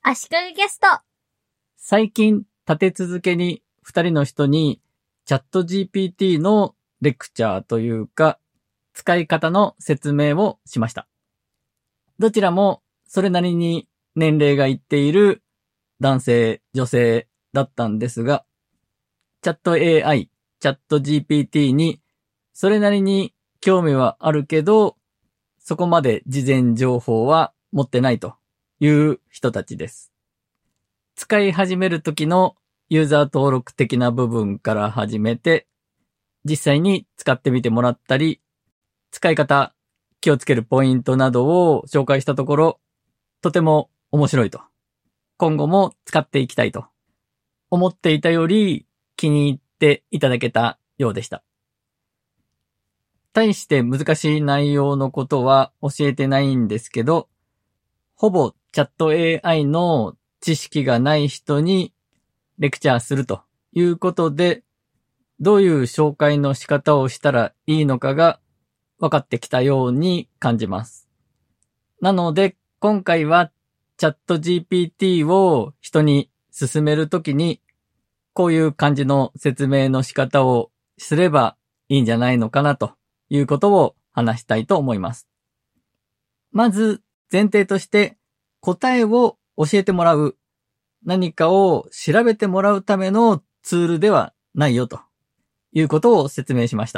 足利ゲスト。 最近立て続けに2人の人にチャット GPT のレクチャーというか使い方の説明をしました。どちらもそれなりに年齢がいっている男性、女性だったんですが、チャット AI、チャット GPT にそれなりに興味はあるけど、そこまで事前情報は持ってないという人たちです。使い始める時のユーザー登録的な部分から始めて、実際に使ってみてもらったり、使い方、気をつけるポイントなどを紹介したところ、とても面白いと。今後も使っていきたいと思っていたより気に入っていただけたようでした。大して難しい内容のことは教えてないんですけど、ほぼチャット AI の知識がない人にレクチャーするということで、どういう紹介の仕方をしたらいいのかが分かってきたように感じます。なので今回はチャット GPT を人に勧めるときにこういう感じの説明の仕方をすればいいんじゃないのかなということを話したいと思います。まず前提として答えを教えてもらう、何かを調べてもらうためのツールではないよということを説明しました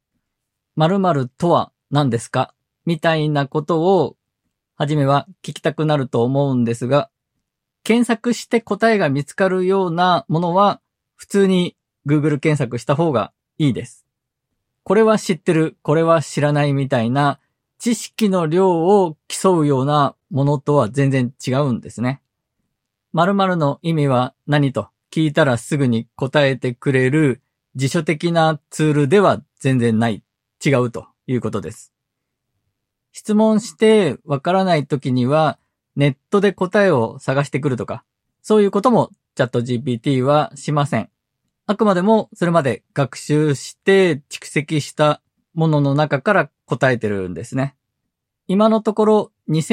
。〇〇とは何ですかみたいなことをはじめは聞きたくなると思うんですが、検索して答えが見つかるようなものは普通に Google 検索した方がいいです。これは知ってる、これは知らないみたいな知識の量を競うようなものとは全然違うんですね。〇〇の意味は何と聞いたらすぐに答えてくれる辞書的なツールでは全然ない、違うということです。質問してわからないときにはネットで答えを探してくるとか、そういうこともチャット GPT はしません。あくまでもそれまで学習して蓄積したものの中から答えてるんですね。今のところ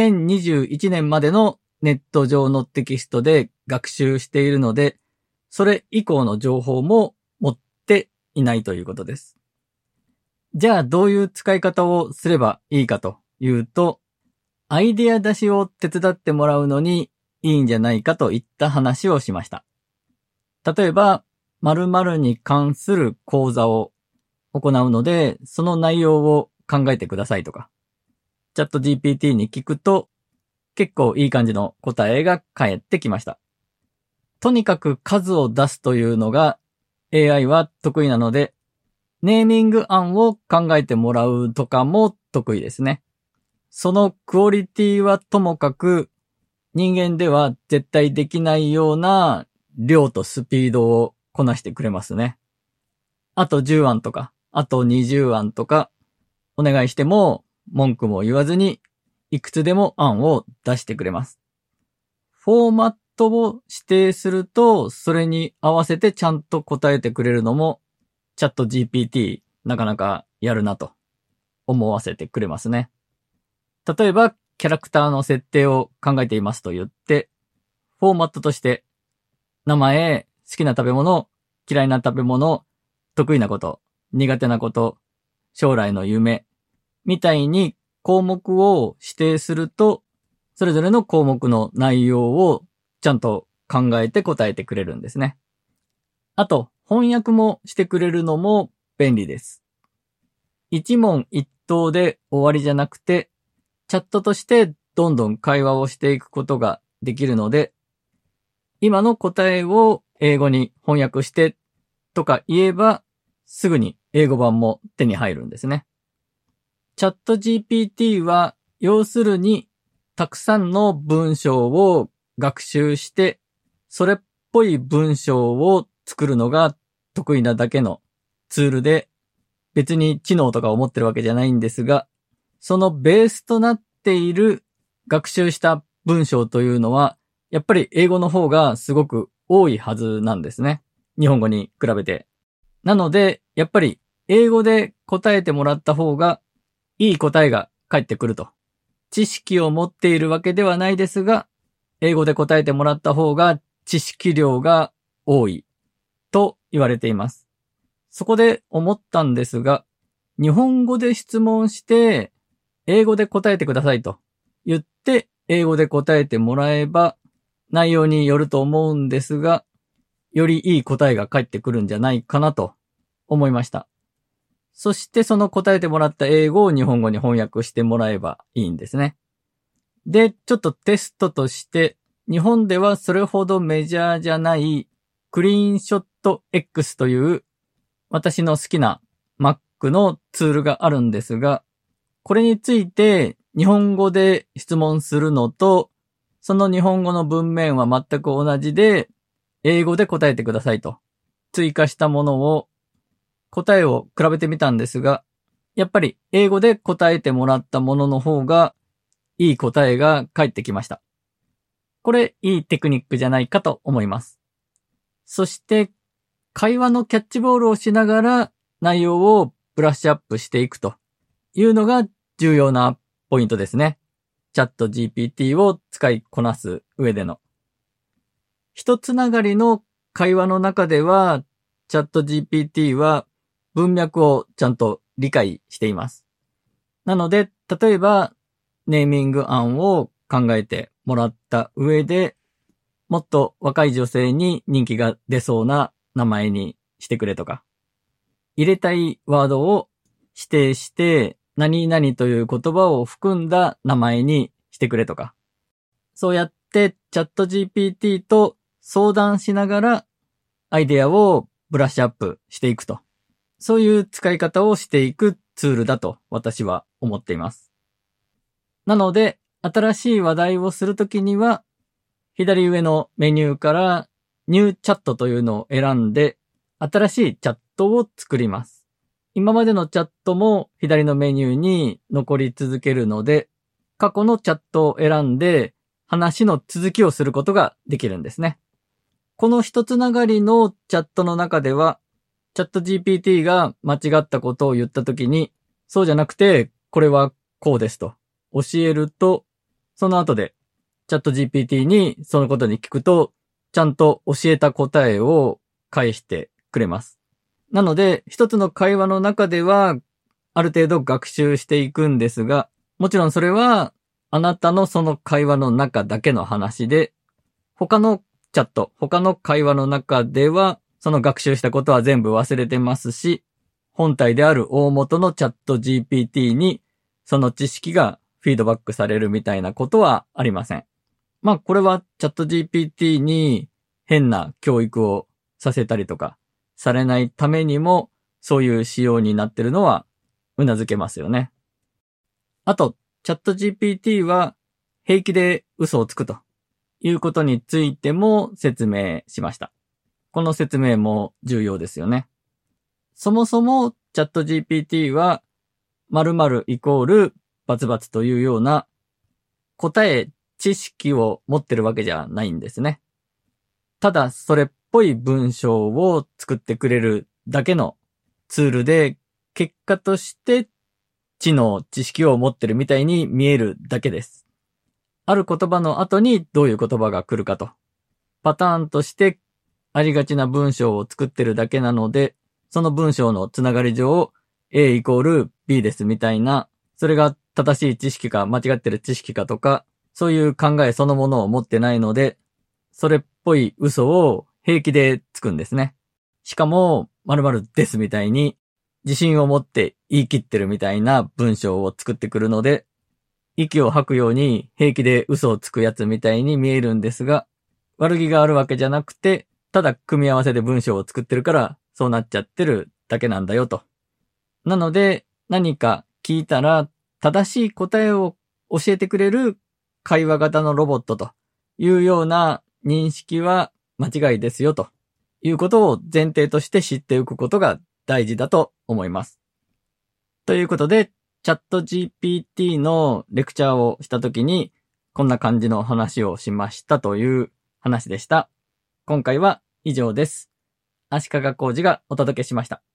2021年までのネット上のテキストで学習しているので、それ以降の情報も持っていないということです。じゃあどういう使い方をすればいいかというと、アイデア出しを手伝ってもらうのにいいんじゃないかといった話をしました。例えば、〇〇に関する講座を行うので、その内容を考えてくださいとか、チャット GPT に聞くと結構いい感じの答えが返ってきました。とにかく数を出すというのが AI は得意なので、ネーミング案を考えてもらうとかも得意ですね。そのクオリティはともかく、人間では絶対できないような量とスピードをこなしてくれますね。あと10案とか、あと20案とか、お願いしても文句も言わずに、いくつでも案を出してくれます。フォーマットを指定すると、それに合わせてちゃんと答えてくれるのも、チャット GPT なかなかやるなと思わせてくれますね。例えば、キャラクターの設定を考えていますと言って、フォーマットとして、名前、好きな食べ物、嫌いな食べ物、得意なこと、苦手なこと、将来の夢、みたいに項目を指定すると、それぞれの項目の内容をちゃんと考えて答えてくれるんですね。あと、翻訳もしてくれるのも便利です。一問一答で終わりじゃなくて、チャットとしてどんどん会話をしていくことができるので、今の答えを英語に翻訳してとか言えば、すぐに英語版も手に入るんですね。チャット GPT は要するにたくさんの文章を学習して、それっぽい文章を作るのが得意なだけのツールで、別に知能とかを持ってるわけじゃないんですが、そのベースとなっている学習した文章というのは、やっぱり英語の方がすごく多いはずなんですね。日本語に比べて。なので、やっぱり英語で答えてもらった方がいい答えが返ってくると。知識を持っているわけではないですが、 英語で答えてもらった方が知識量が多いと言われています。そこで思ったんですが、日本語で質問して英語で答えてくださいと言って英語で答えてもらえば内容によると思うんですが、よりいい答えが返ってくるんじゃないかなと思いました。そしてその答えてもらった英語を日本語に翻訳してもらえばいいんですね。で、ちょっとテストとして、日本ではそれほどメジャーじゃないクリーンショット X という私の好きな Mac のツールがあるんですが、これについて日本語で質問するのと、その日本語の文面は全く同じで、英語で答えてくださいと追加したものを答えを比べてみたんですが、やっぱり英語で答えてもらったものの方がいい答えが返ってきました。これいいテクニックじゃないかと思います。そして会話のキャッチボールをしながら内容をブラッシュアップしていくというのが重要なポイントですね。チャット GPT を使いこなす上での。一つながりの会話の中ではチャット GPT は文脈をちゃんと理解しています。なので、例えば、ネーミング案を考えてもらった上で、もっと若い女性に人気が出そうな名前にしてくれとか、入れたいワードを指定して、何々という言葉を含んだ名前にしてくれとか、そうやってチャット GPT と相談しながらアイデアをブラッシュアップしていくと。そういう使い方をしていくツールだと私は思っています。なので、新しい話題をするときには、左上のメニューからニューチャットというのを選んで、新しいチャットを作ります。今までのチャットも左のメニューに残り続けるので、過去のチャットを選んで話の続きをすることができるんですね。この一つながりのチャットの中では、チャット GPT が間違ったことを言ったときに、そうじゃなくて、これはこうですと教えると、その後でチャット GPT にそのことに聞くと、ちゃんと教えた答えを返してくれます。なので、一つの会話の中では、ある程度学習していくんですが、もちろんそれは、あなたのその会話の中だけの話で、他のチャット、他の会話の中では、その学習したことは全部忘れてますし、本体である大元のチャット GPT にその知識がフィードバックされるみたいなことはありません。まあこれはチャット GPT に変な教育をさせたりとかされないためにもそういう仕様になってるのは頷けますよね。あと、チャット GPT は平気で嘘をつくということについても説明しました。この説明も重要ですよね。そもそもチャット GPT は〇〇イコールバツバツというような答え、知識を持ってるわけじゃないんですね。ただそれっぽい文章を作ってくれるだけのツールで、結果として知能、知識を持ってるみたいに見えるだけです。ある言葉の後にどういう言葉が来るかと。パターンとしてありがちな文章を作ってるだけなので、その文章のつながり上、A イコール B ですみたいな、それが正しい知識か間違ってる知識かとか、そういう考えそのものを持ってないので、それっぽい嘘を平気でつくんですね。しかも、〇〇ですみたいに、自信を持って言い切ってるみたいな文章を作ってくるので、息を吐くように平気で嘘をつくやつみたいに見えるんですが、悪気があるわけじゃなくて、ただ組み合わせで文章を作ってるからそうなっちゃってるだけなんだよと。なので何か聞いたら正しい答えを教えてくれる会話型のロボットというような認識は間違いですよということを前提として知っておくことが大事だと思います。ということで、チャット GPT のレクチャーをしたときにこんな感じの話をしましたという話でした。今回は以上です。足利浩二がお届けしました。